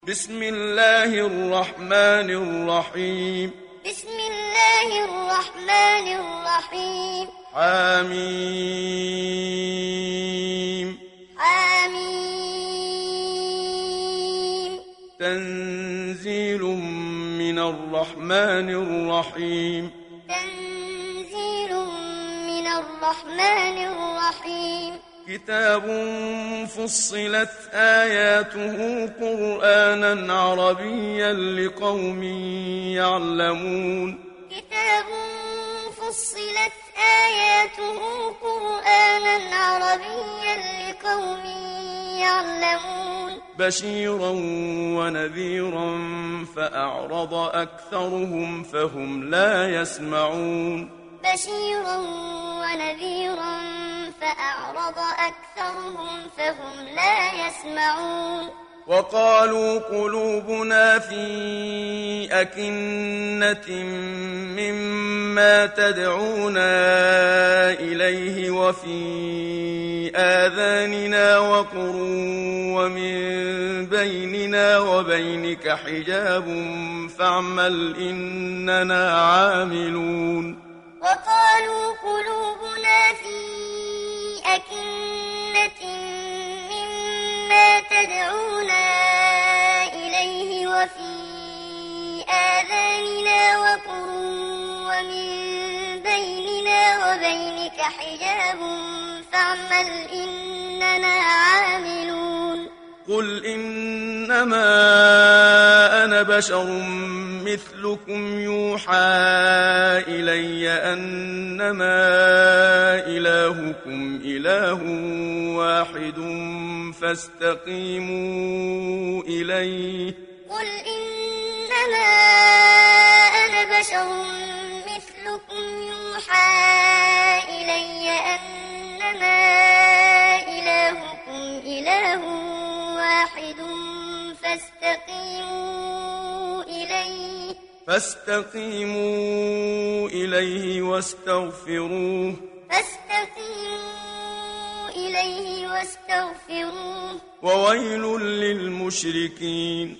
بسم الله الرحمن الرحيم بسم الله الرحمن الرحيم حميم حميم تنزيل من الرحمن الرحيم تنزيل من الرحمن الرحيم كتاب فصلت آياته قرآنا عربيا لقوم يعلمون كتاب فصلت آياته قرآنا عربيا لقوم يعلمون بشيرا ونذيرا فأعرض أكثرهم فهم لا يسمعون بشيرا ونذيرا فأعرض أكثرهم فهم لا يسمعون وقالوا قلوبنا في أكنة مما تدعونا إليه وفي آذاننا وقر ومن بيننا وبينك حجاب فاعمل إننا عاملون وقالوا قلوبنا في أكنة مما تدعونا إليه وفي آذاننا وقر ومن بيننا وبينك حجاب فاعمل إننا عاملون قل إنما أنا بشر مثلكم يوحى إلي أنما إلهكم إله واحد فاستقيموا إليه قل إنما أنا بشر مثلكم يوحى إلي أنما إلهكم إله واحد فاستقيموا إليه واستغفروه وويل للمشركين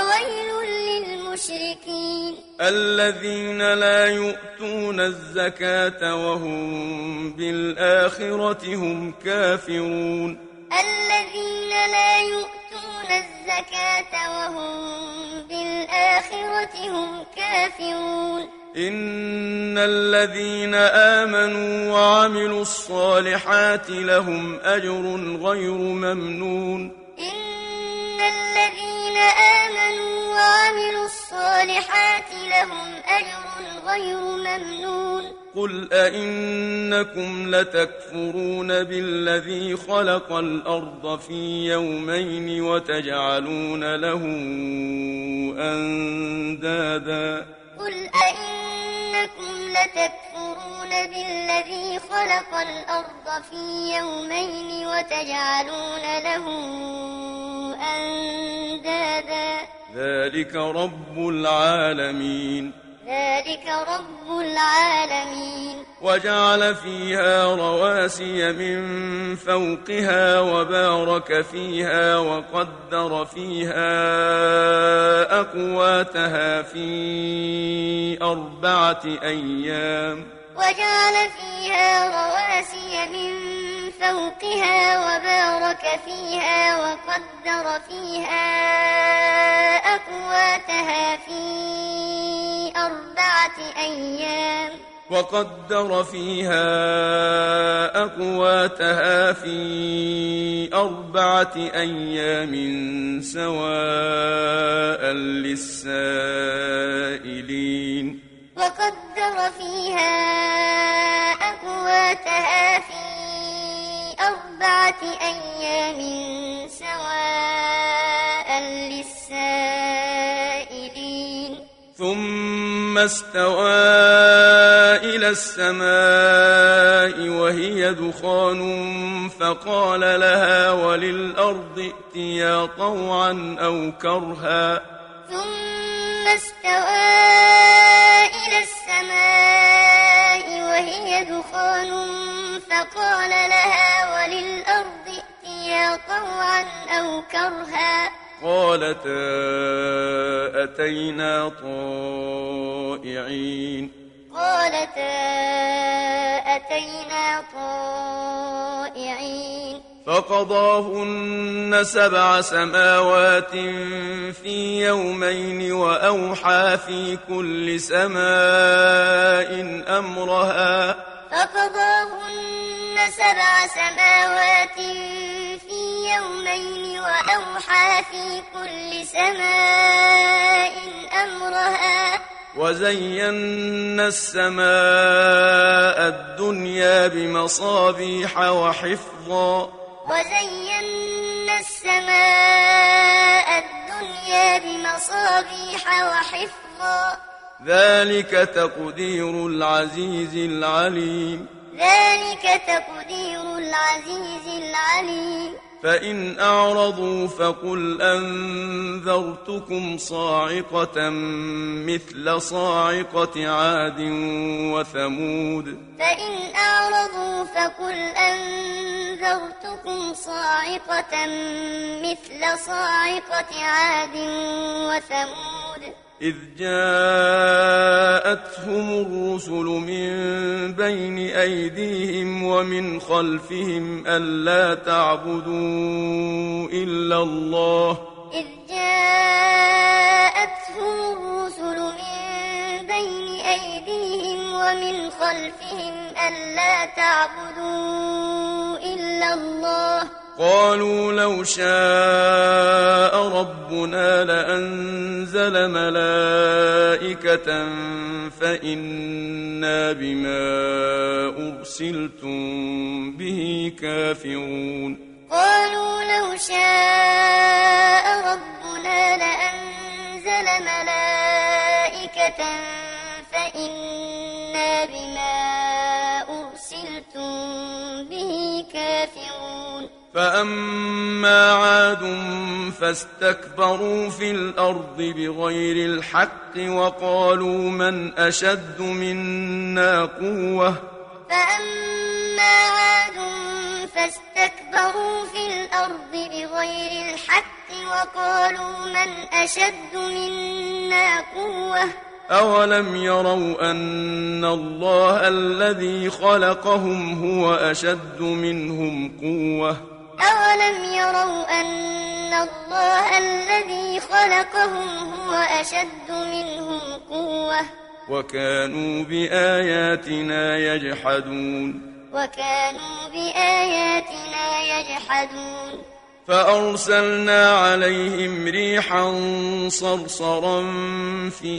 الذين لا يؤتون الزكاة وهم بالآخرة هم كافرون الذين لا يؤتون الزكاة وهم بالآخرة هم كافرون إن الذين آمنوا وعملوا الصالحات لهم أجر غير ممنون إن الذين آمنوا وعملوا الصالحات لهم أجر غير ممنون قل أئنكم لتكفرون بالذي خلق الأرض في يومين وتجعلون له أندادا قل أئنكم لتكفرون بالذي خلق الأرض في يومين وتجعلون له أندادا ذلك رب العالمين وجعل فيها رواسي من فوقها وبارك فيها وقدر فيها أقواتها في 4 أيام وجعل فيها رواسي من فوقها وبارك فيها وقدر فيها أقواتها في 4 أيام سواء للسائلين وقدر فيها أقواتها في 4 أيام سواء للسائلين ثم استوى إلى السماء وهي دخان فقال لها وللأرض ائتيا طوعا أو كرها ثم استوى إلى السماء وهي دخان فقال لها وللأرض ائتيا طوعا أو كرها قالتا أتينا طائعين قالتا أتينا طائعين فقضاهن 7 سماوات في يومين وأوحى في كل سماء أمرها فقضاهن 7 سماوات في يومين وأوحى في كل سماء أمرها وزينا السماء الدنيا بمصابيح وحفظا وزينا السماء الدنيا بمصابيح وحفظا ذلك تقدير العزيز العليم ذلك تقدير العزيز العليم فإن أعرضوا فقل أنذرتكم صاعقة مثل صاعقة عاد وثمود فإن أعرضوا فقل أنذرتكم صاعقة مثل صاعقة عاد وثمود إذ جاءتهم الرسل من بين أيديهم ومن خلفهم ألا تعبدوا إلا الله إذ جاءتهم الرسل من بين أيديهم ومن خلفهم ألا تعبدوا إلا الله قالوا لو شاء ربنا لأنزل ملائكة فإنا بما أرسلتم به كافرون قالوا لو شاء ربنا لأنزل ملائكة فإنا بما أرسلتم به كافرون فأما عاد فاستكبروا في الأرض بغير الحق وقالوا من أشد منا قوة فأما عاد فاستكبروا في الأرض بغير الحق وقالوا من أشد منا قوة أولم يروا أن الله الذي خلقهم هو أشد منهم قوة أولم يروا أن الله الذي خلقهم هو أشد منهم قوة وكانوا بآياتنا يجحدون وكانوا بآياتنا يجحدون فأرسلنا عليهم ريحا صرصرا في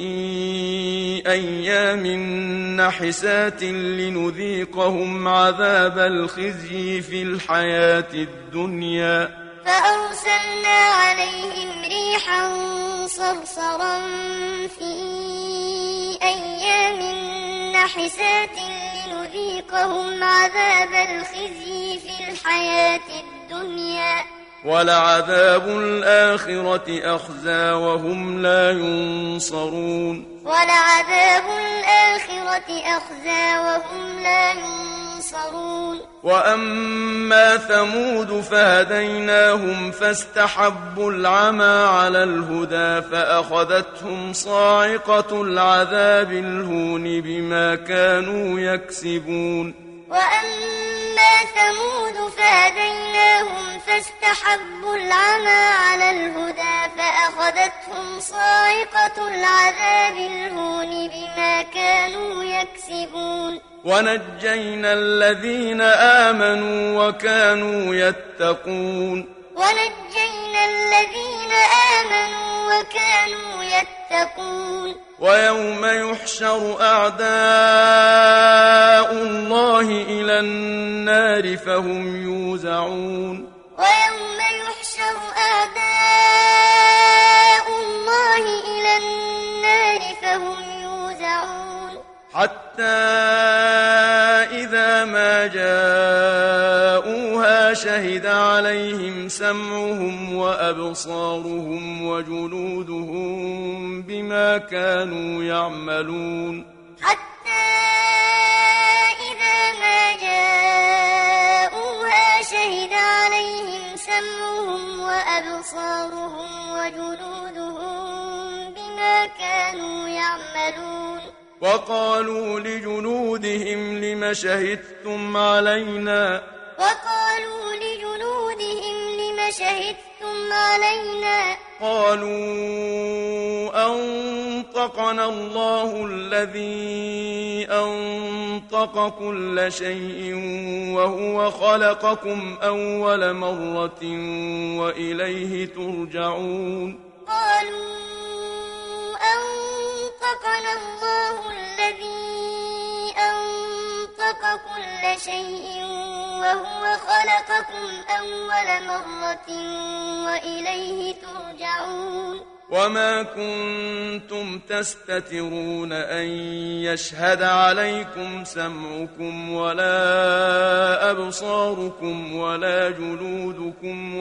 أيام نحسات لنذيقهم عذاب الخزي في الحياة الدنيا فأرسلنا عليهم ريحا صرصرا في أيام نحسات لنذيقهم عذاب الخزي في الحياة الدنيا ولعذاب الآخرة أخزى وهم لا ينصرون ولعذاب الآخرة أخزى وهم لا ينصرون وأما ثمود فهديناهم فاستحبوا العمى على الهدى فأخذتهم صاعقة العذاب الهون بما كانوا يكسبون وأما ثمود فهديناهم فاستحبوا العمى على الهدى فأخذتهم صاعقة العذاب الهون بما كانوا يكسبون ونجينا الذين آمنوا وكانوا يتقون ونجينا الذين آمنوا وكانوا يتقون ويوم يحشر أعداء الله إلى النار فهم يوزعون ويوم يحشر أعداء الله إلى النار فهم يوزعون حتى إذا ما جاءوها شهد عليهم سمعهم وأبصارهم وجلودهم بما كانوا يعملون حتى إذا ما جاءوها شهد عليهم سمعهم وأبصارهم وأبصارهم وجلودهم بما كانوا يعملون وقالوا لجلودهم لم شهدتم علينا قالوا أنطقنا الله الذي أنطق كل شيء وهو خلقكم أول مرة وإليه ترجعون قالوا أنطقنا الله الذي أنطق كل شيء وهو خلقكم أول مرة وإليه ترجعون وما كنتم تستترون أن يشهد عليكم سمعكم ولا أبصاركم ولا جلودكم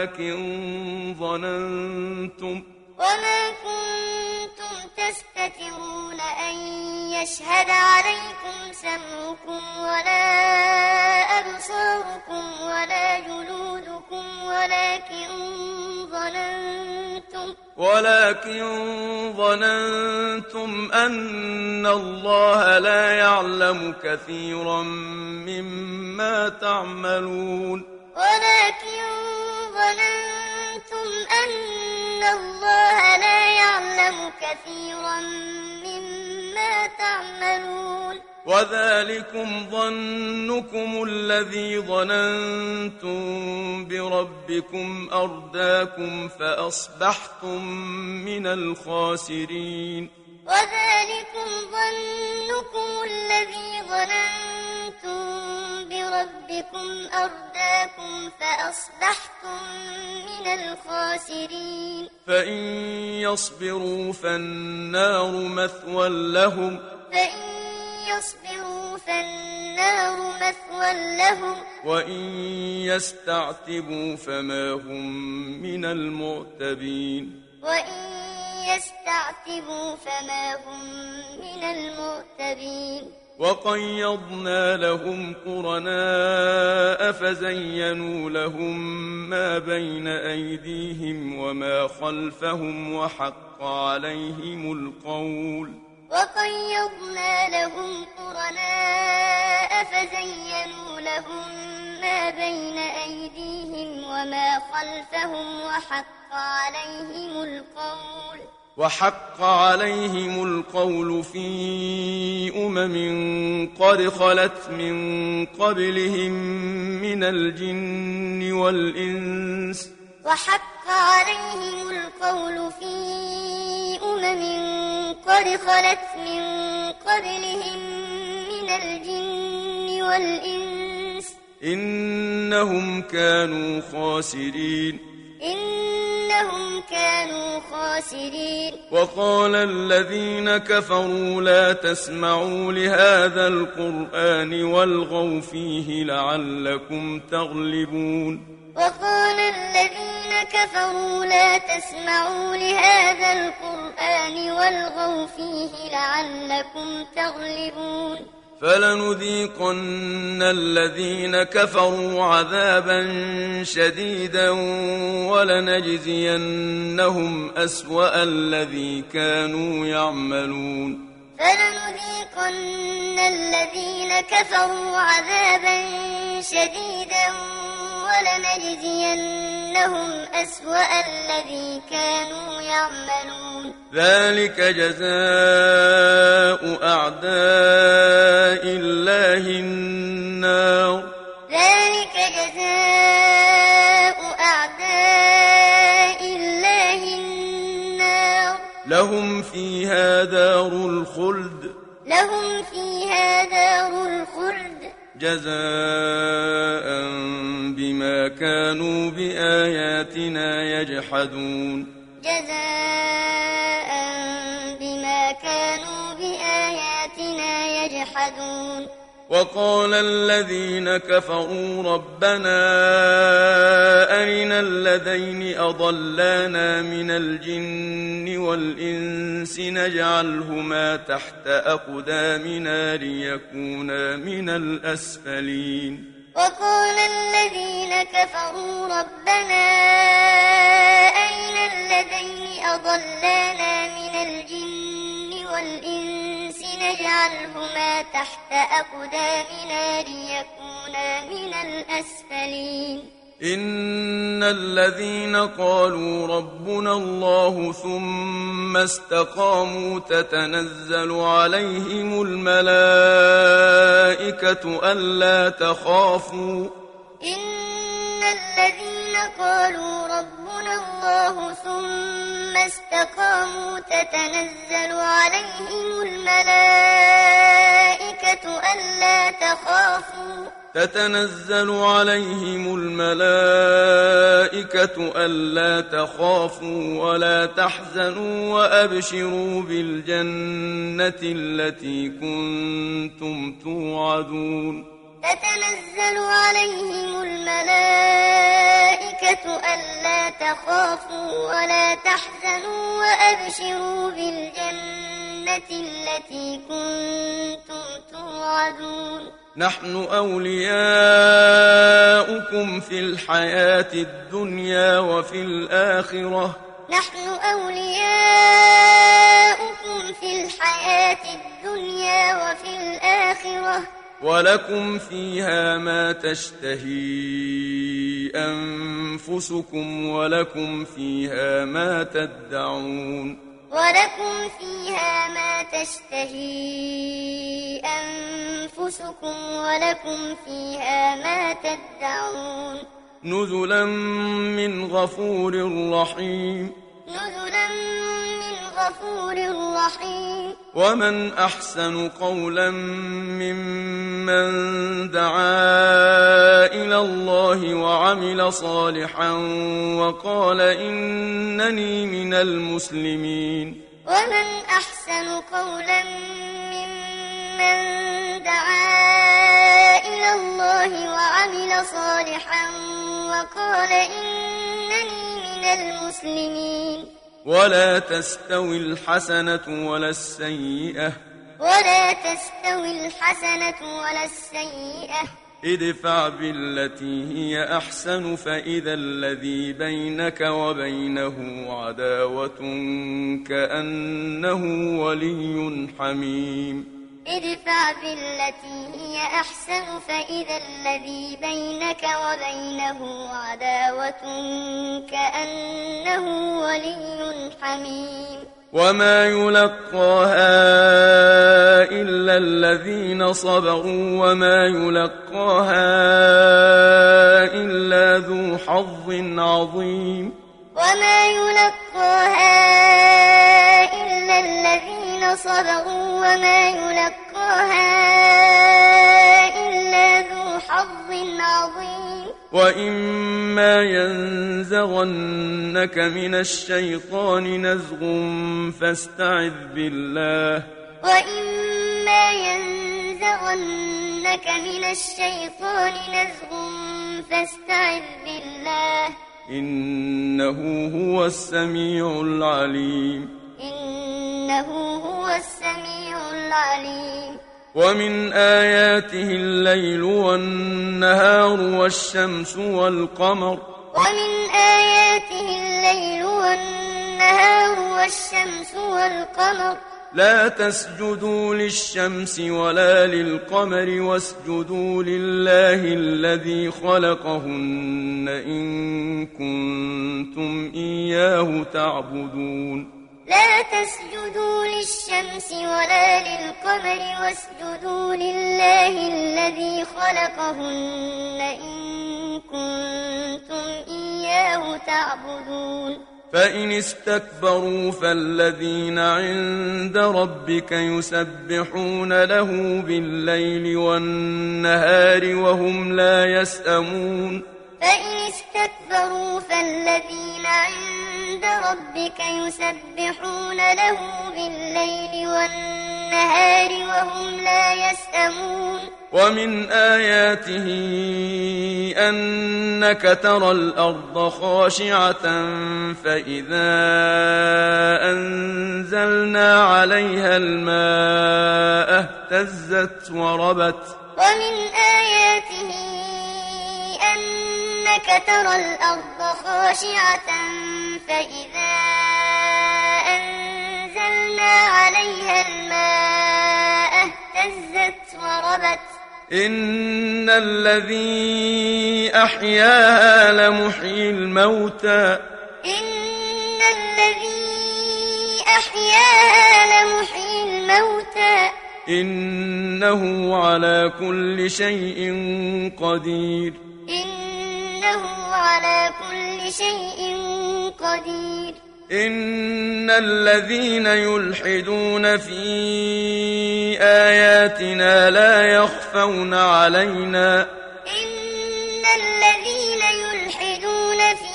وما كنتم تستترون أن يشهد عليكم سمعكم ولا أبصاركم ولا جلودكم ولكن ظننتم أن الله لا يعلم كثيرا مما تعملون ولكن ظننتم أن الله لا يعلم كثيرا مما تعملون وذلكم ظنكم الذي ظننتم بربكم أرداكم فأصبحتم من الخاسرين وذلكم ظنكم الذي ظننتم بربكم أرداكم فأصبحتم من الخاسرين فإن يصبروا فالنار مثوى لهم وإن يستعتبوا فما هم من المعتبين وقيضنا لهم قرناء فزينوا لهم ما بين أيديهم وما خلفهم وحق عليهم القول ما بين أيديهم وما خلفهم وحق عليهم القول في قد خلت من قبلهم من الجن والإنس قد خلت من قبلهم من الجن والإنس إنهم كانوا خاسرين وقال الذين كفروا لا تسمعوا لهذا القرآن والغوا فيه لعلكم تغلبون وقال الذين كفروا لا تسمعوا لهذا القرآن والغوا فيه لعلكم تغلبون فلنذيقن الذين كفروا عذابا شديدا ولنجزينهم أسوأ الذي كانوا يعملون فلنذيقن الذين كفروا عذابا شديدا ولنجزينهم أسوأ الذي كانوا يعملون ذلك جزاء أعداء الله النار لهم فيها دار الخلد جزاء بما كانوا بآياتنا يجحدون وقال الذين كفروا ربنا أرنا الذين أضلانا من الجن والإنس نجعلهما تحت أقدامنا ليكونا من الأسفلين وقال الذين كفروا ربنا أين اللذين أضلانا من الجن والإنس نجعلهما تحت أقدامنا ليكونا من الأسفلين إن الذين قالوا ربنا الله ثم استقاموا تتنزل عليهم الملائكة ألا تخافوا إن الذين قالوا ربنا الله ثم استقاموا تتنزل عليهم الملائكة ألا تخافوا ولا تحزنوا وأبشروا بالجنة التي كنتم توعدون تتنزل عليهم الملائكة ألا تخافوا ولا تحزنوا وأبشروا بالجنة التي كنتم توعدون نحن أولياؤكم في الحياة الدنيا وفي الآخرة ولكم فيها ما تشتهي أنفسكم ولكم فيها ما تدعون ولكم فيها ما تشتهي أنفسكم ولكم فيها ما تدعون نزلا من غفور رحيم ومن أحسن قولا ممن دعا إلى الله وعمل صالحا وقال إنني من المسلمين ومن أحسن قولا ممن دعا إلى الله وعمل صالحا وقال إنني من المسلمين ولا تستوي الحسنة ولا السيئة ادفع بالتي هي أحسن فإذا الذي بينك وبينه عداوة كأنه ولي حميم ادفع بالتي هي أحسن فإذا الذي بينك وبينه عداوة كأنه ولي حميم وما يلقاها إلا الذين صبروا وما يلقاها إلا ذو حظ عظيم وما يلقاها إلا الذين صبروا وما يلقاها إلا ذو حظ عظيم وإما ينزغنك من الشيطان نزغ فاستعذ بالله وإما ينزغنك من الشيطان نزغ فاستعذ بالله إنه هو السميع العليم ومن آياته الليل والنهار والشمس والقمر لا تسجدوا للشمس ولا للقمر واسجدوا لله الذي خلقهن إن كنتم إياه تعبدون لا تسجدوا للشمس ولا للقمر واسجدوا لله الذي خلقهن إن كنتم إياه تعبدون فإن استكبروا فالذين عند ربك يسبحون له بالليل والنهار وهم لا يسأمون فإن استكبروا فالذين عند ربك يسبحون له بالليل والنهار وهم لا يسأمون ومن آياته أنك ترى الأرض خاشعة فإذا أنزلنا عليها الماء اهتزت وربت ومن آياته إنك ترى الأرض خاشعة فإذا أنزلنا عليها الماء اهتزت وربت إن الذي أحياها لمحيي الموتى إن الذي أحياها لمحيي الموتى إنه على كل شيء قدير إنه على كل شيء قدير إن الذين يلحدون في آياتنا لا يخفون علينا إن الذين يلحدون في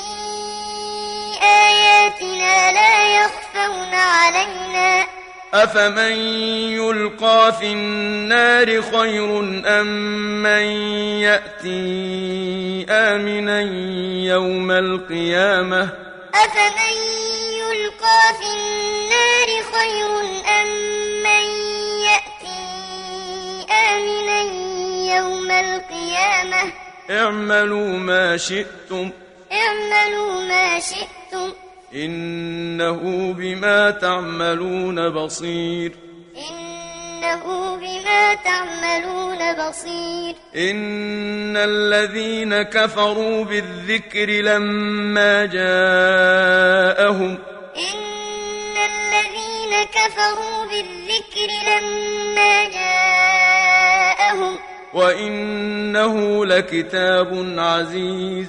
آياتنا لا يخفون علينا أفمن يلقى في النار خير أم من يأتي آمنا يوم القيامة أفمن يلقى في النار خير أم من يأتي آمنا يوم القيامة اعملوا ما شئتم اعملوا ما شئتم إنه بما تعملون بصير إنه بما تعملون بصير إن الذين كفروا بالذكر لما جاءهم إن الذين كفروا بالذكر لما جاءهم وإنه لكتاب عزيز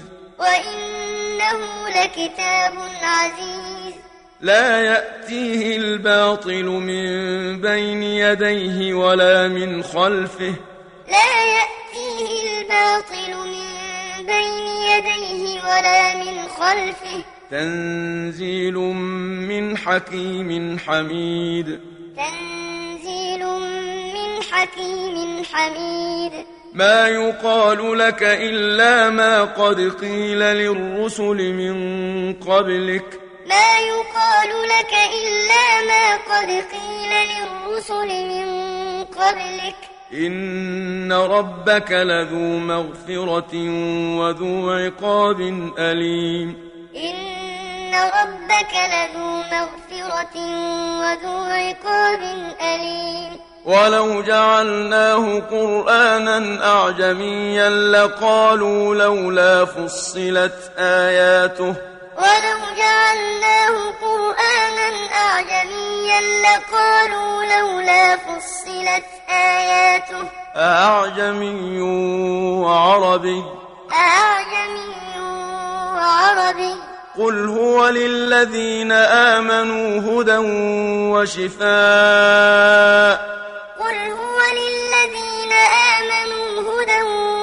وإنه لكتاب عزيز لا يأتيه الباطل من بين يديه ولا من خلفه لا يأتيه الباطل من بين يديه ولا من خلفه تنزيل من حكيم حميد تنزيل من حكيم حميد ما يقال لك إلا ما قد قيل للرسل من قبلك ما يقال لك إلا ما قد قيل للرسل من قبلك إن ربك لذو مغفرة وذو عقاب أليم إن ربك لذو مغفرة وذو عقاب أليم ولو جعلناه قرآنا أعجميا لقالوا لولا فصلت آياته ولو جعلناه قرآنا أعجميا لقالوا لولا فصلت آياته أعجمي وعربي أعجمي وعربي قل هو للذين آمنوا هدى وشفاء قل هو للذين آمنوا هدى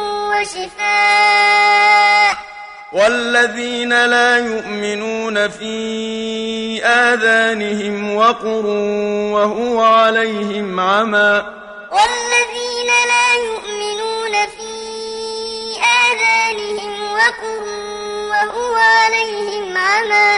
وشفاء والذين لا يؤمنون في آذانهم وقر وهو عليهم عمى والذين لا يؤمنون في آذانهم وقر وهو عليهم عمى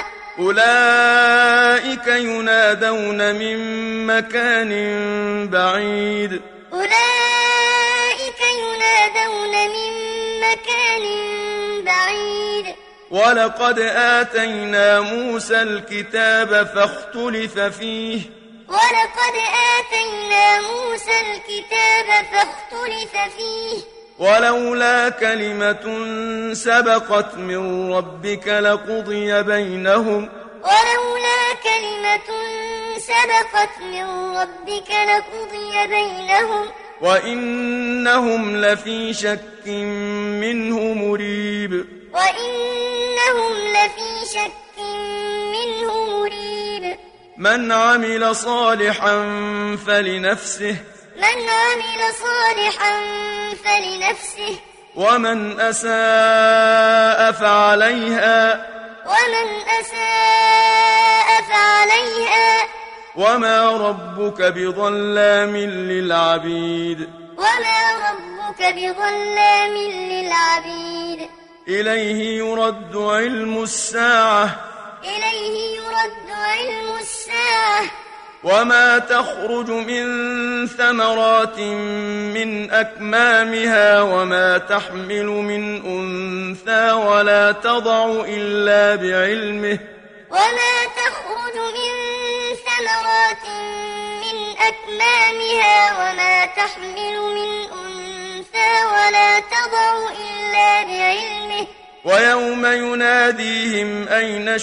أولئك ينادون من مكان بعيد أولئك ينادون من مكان بعيد ولقد آتينا موسى الكتاب فاختلف فيه ولقد آتينا موسى الكتاب فاختلف فيه ولولا كلمة سبقت من ربك لقضي بينهم ولولا كلمة سبقت من ربك لقضي بينهم وإنهم لفي شك منه مريب وإنهم لفي شك منه مريب من عمل صالحا فلنفسه من عمل صالحا فلنفسه ومن أساء فعليها ومن أساء فعليها وما ربك بظلام للعبيد وما ربك بظلام للعبيد إليه يرد علم الساعة إليه يرد علم الساعة وما تخرج من ثمرات من أكمامها وما تحمل من أنثى ولا تضع إلا بعلمه وما تخرج من ثمرات من أكمامها وما تحمل من أنثى ولا تضع إلا بعلمه ويوم يناديهم أين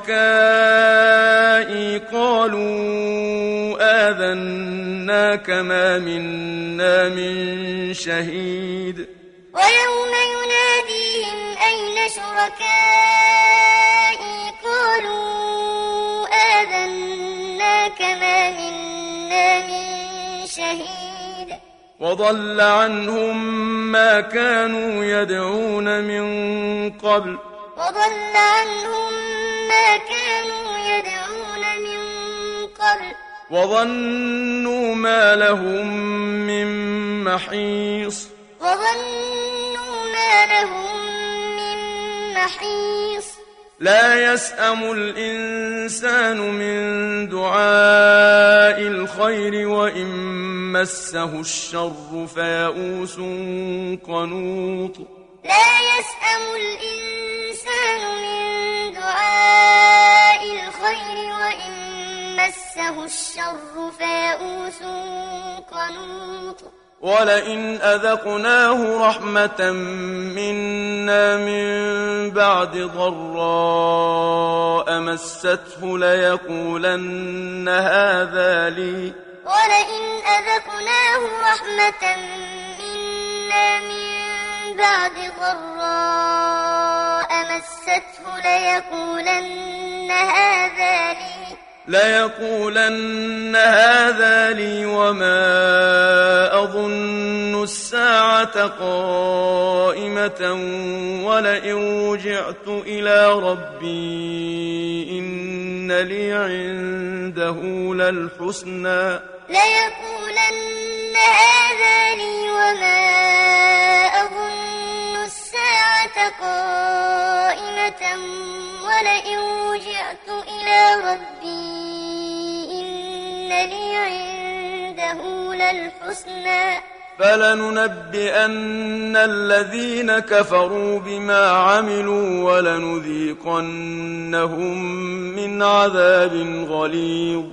شركائي قالوا آذناك ما منا من شهيد ويوم يناديهم أين شركائي قالوا آذناك ما منا من شهيد وضل عنهم ما كانوا يدعون من قبل وضل عنهم ما كانوا يدعون من قبل وظنوا ما لهم من محيص وظنوا ما لهم من محيص لا يسأم الإنسان من دعاء الخير وإن مسه الشر فيئوس قنوط لا يسأم الإنسان من دعاء الخير وإن مسه الشر فيئوس قنوط ولئن أذقناه رحمة منا من بعد ضراء مسته ليقولن هذا لي ولئن أذقناه رحمة منا من بعد ضراء مسته ليقولن هذا لي وما أظن الساعة قائمة ولئن رجعت إلى ربي إن لي عنده للحسنى ليقولن هذا لي وما أظن الساعة قائمة ولئن رجعت إلى ربي إن لي عنده للحسنى فلننبئن الذين كفروا بما عملوا ولنذيقنهم من عذاب غليظ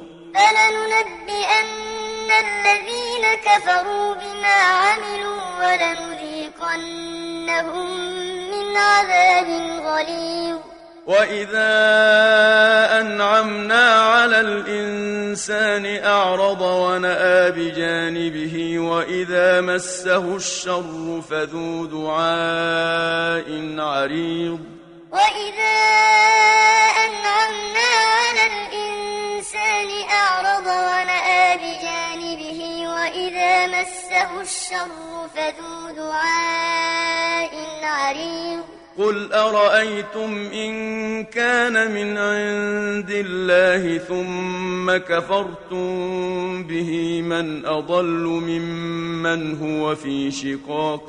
فلننبئن الذين كفروا بما عملوا ولنذيقنهم من عذاب غليظ وإذا أنعمنا على الإنسان أعرض ونأى بجانبه وإذا مسه الشر فذو دعاء عريض وإذا أنعمنا على الإنسان أعرض ونأى بجانبه وإذا مسه الشر فذو دعاء عريض قل أرأيتم إن كان من عند الله ثم كفرتم به من أضل ممن هو في شقاق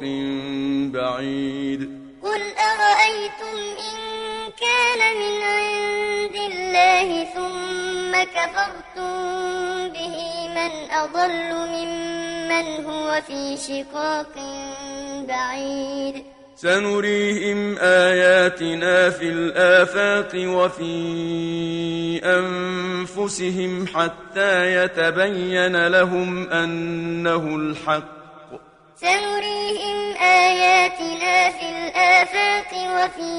بعيد قل أرأيتم إن كان من عند الله ثم كفرتم به من أضل ممن هو في شقاق بعيد سنريهم آياتنا في الآفاق وفي أنفسهم حتى يتبين لهم أنه الحق سنريهم آياتنا في الآفاق وفي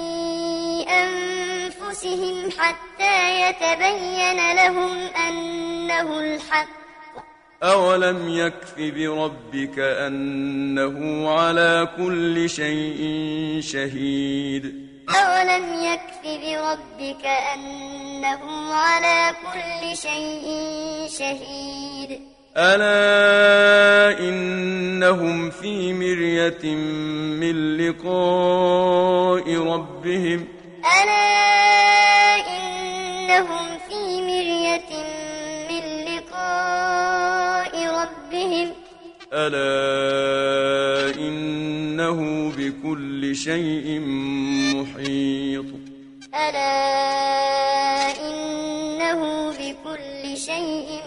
أنفسهم حتى يتبين لهم أنه الحق أولم يكف بربك أنه على كل شيء شهيد أولم يكف بربك أنه على كل شيء شهيد ألا إنهم في مرية من لقاء ربهم ألا إنهم في مرية من لقاء ربهم ألا إنه بكل شيء محيط ألا إنه بكل شيء شيء